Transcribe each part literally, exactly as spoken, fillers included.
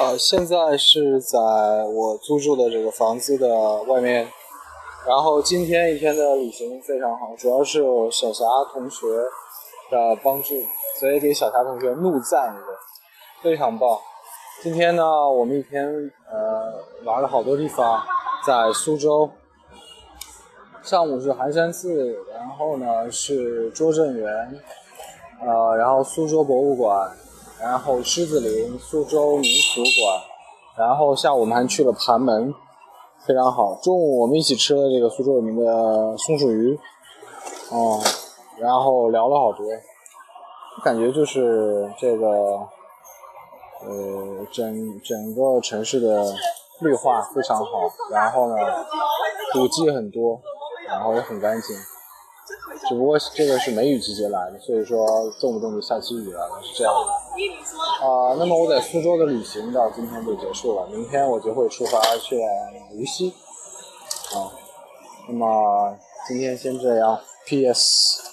呃，现在是在我租住的这个房子的外面，然后今天一天的旅行非常好，主要是有小霞同学的帮助，所以给小霞同学怒赞一个，非常棒。今天呢，我们一天呃玩了好多地方，在苏州，上午是寒山寺，然后呢是拙政园，呃，然后苏州博物馆。然后狮子林、苏州民俗馆，然后下午我们还去了盘门，非常好。中午我们一起吃了这个苏州有名的松鼠鱼，哦，然后聊了好多，感觉就是这个，呃，整整个城市的绿化非常好，然后呢，古迹很多，然后也很干净。只不过这个是梅雨季节来的，所以说动不动就下起雨来了，是这样的。啊、呃，那么我在苏州的旅行到今天就结束了，明天我就会出发去往无锡。啊，那么今天先这样。P S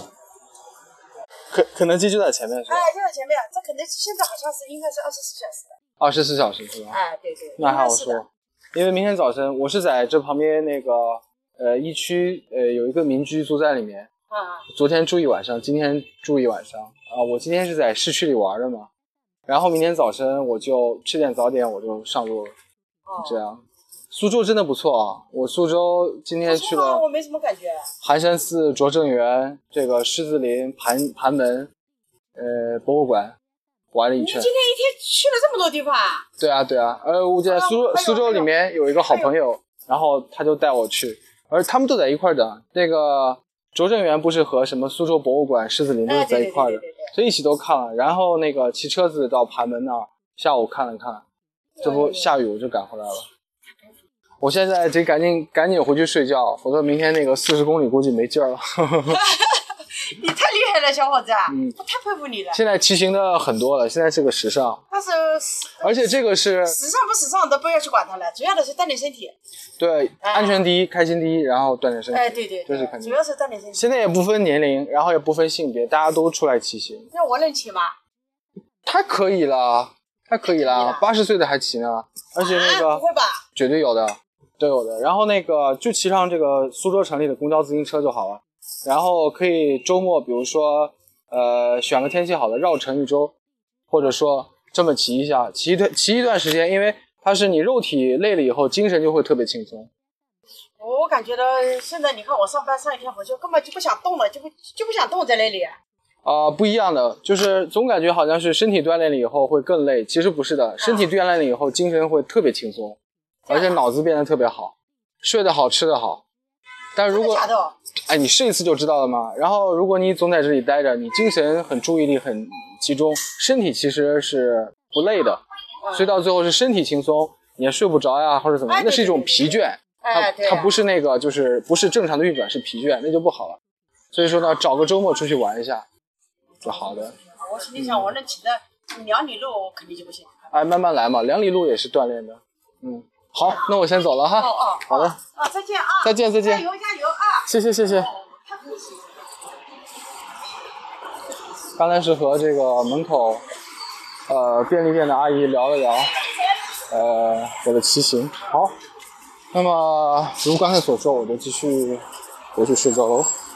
肯肯德基就在前面是吧？ 哎，就在前面。这肯德基现在好像是应该是二十四小时的。 二十四小时是吧？ 哎，对对。 那还好说，因为明天早晨我是在这旁边那个。呃，一区呃有一个民居住在里面， 啊， 昨天住一晚上，今天住一晚上啊、呃。我今天是在市区里玩的嘛，然后明天早晨我就吃点早点，我就上路了。哦、这样，苏州真的不错啊！我苏州今天去了， 我没什么感觉。 寒山寺、拙政园、这个狮子林、盘盘门，呃，博物馆玩了一圈。 你今天一天去了这么多地方啊？ 对啊，对啊。呃，我在苏苏州里面有一个好朋友，然后他就带我去。而他们都在一块的，那个拙政园不是和什么苏州博物馆、狮子林都是在一块的，所以一起都看了。然后那个骑车子到盘门那儿，下午看了看，这不下雨我就赶回来了。我现在得赶紧赶紧回去睡觉，否则明天那个四十公里估计没劲儿了。 你太厉害了，小伙子！ 嗯， 我太佩服你了。 现在骑行的很多了，现在是个时尚。 但是， 而且这个是时尚不时尚都不要去管它了，主要的是锻炼身体。 对，哎、安全第一，开心第一，然后锻炼身体。 哎，对对， 这是肯定。 主要是锻炼身体。 现在也不分年龄，然后也不分性别，大家都出来骑行。 那我能骑吗？ 太可以了，太可以了，八十岁的还骑呢，而且那个、 啊、不会吧？ 绝对有的，都有的。然后那个就骑上这个苏州城里的公交自行车就好了。然后可以周末，比如说，呃，选个天气好的，绕城一周，或者说这么骑一下，骑一段骑一段时间，因为它是你肉体累了以后，精神就会特别轻松。 我感觉到现在你看我上班上一天，我就根本就不想动了，就不就不想动在那里。啊、 呃，不一样的，就是总感觉好像是身体锻炼了以后会更累，其实不是的，身体锻炼了以后，精神会特别轻松，而且脑子变得特别好，睡得好，吃得好。但如果真的假的？ 哎，你试一次就知道了嘛。然后，如果你总在这里待着，你精神很注意力很集中，身体其实是不累的，所以到最后是身体轻松，你也睡不着呀，或者怎么样， 哎、 那是一种疲倦， 哎、 它它不是那个就是不是正常的运转，是疲倦，那就不好了。所以说呢，找个周末出去玩一下，就好的。 我心里想，我能骑的两里路，我肯定就不行。 哎，慢慢来嘛，两里路也是锻炼的。嗯。好，那我先走了哈。 哦哦， 好的。 啊，再见啊！ 再见再见。 加油加油啊！ 谢谢谢谢。刚才是和这个门口，呃，便利店的阿姨聊了聊，呃，我的骑行。好，那么如刚才所说，我就继续回去睡觉喽。